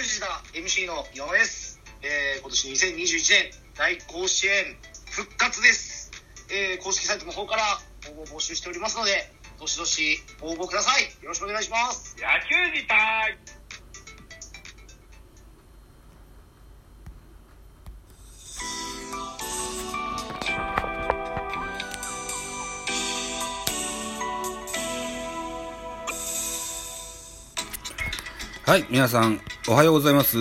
時だ MC の井上です。今年2021年大甲子園復活です。公式サイトの方から応募を募集しておりますので、どしどし応募ください。よろしくお願いします。 野球自体。 はい、皆さんおはようございます。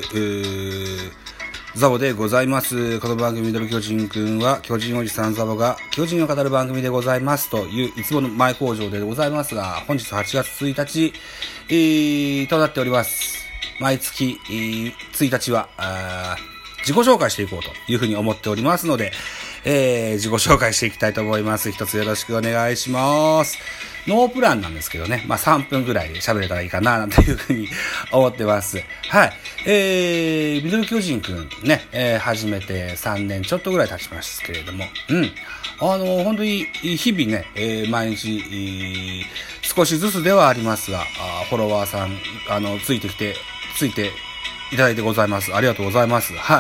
ザボでございます。この番組ミドル巨人くんは巨人おじさんザボが巨人を語る番組でございますといういつもの前工場でございますが、本日8月1日、となっております。毎月、1日は自己紹介していこうというふうに思っておりますので、自己紹介していきたいと思います。一つよろしくお願いします。ノープランなんですけどね、3分ぐらいで喋れたらいいかななんていうふうに思ってます。はい。ミドル巨人くんね、始めて3年ちょっとぐらい経ちますけれども、本当に日々ね、毎日、少しずつではありますが、フォロワーさん、ついていただいてございます。ありがとうございます。はい。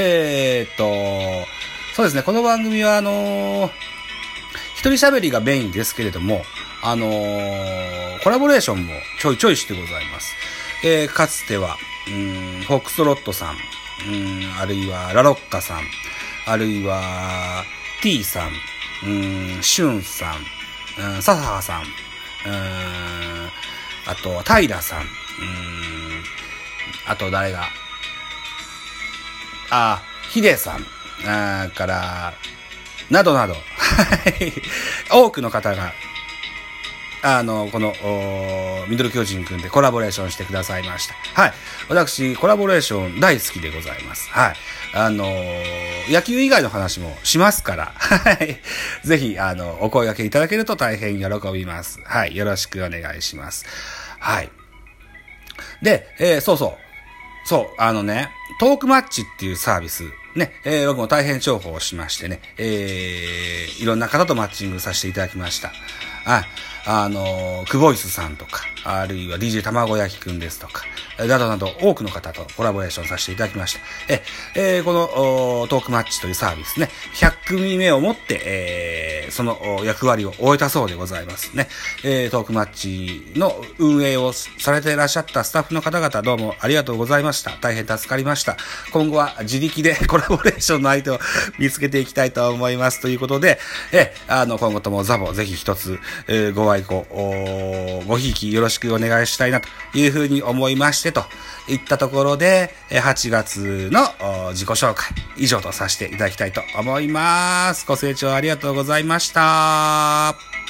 そうですね、この番組は一人喋りがメインですけれども、コラボレーションもちょいちょいしてございます。かつては、フォックストロットさん、あるいはラロッカさん、あるいは T さん、シュンさん、ササハさん、あとタイラさん、あと誰が、ヒデさん、からなどなど多くの方がこのミドル巨人くんでコラボレーションしてくださいました。はい。私コラボレーション大好きでございます。はい。野球以外の話もしますから、はい。ぜひお声掛けいただけると大変喜びます。はい。よろしくお願いします。はい。で、そう、トークマッチっていうサービスね、僕も大変重宝しましてね、いろんな方とマッチングさせていただきました。クボイスさんとか、あるいは DJ 卵焼きくんですとか、などなど多くの方とコラボレーションさせていただきました。このトークマッチというサービスね、100組目をもって、その役割を終えたそうでございますね。トークマッチの運営をされていらっしゃったスタッフの方々どうもありがとうございました。大変助かりました。今後は自力でコラボレーションの相手を見つけていきたいと思いますということで、今後ともザボぜひ一つ、ご愛顧、ごひいきよろしくお願いしたいなというふうに思いましてといったところで、8月の自己紹介以上とさせていただきたいと思います。ご清聴ありがとうございました。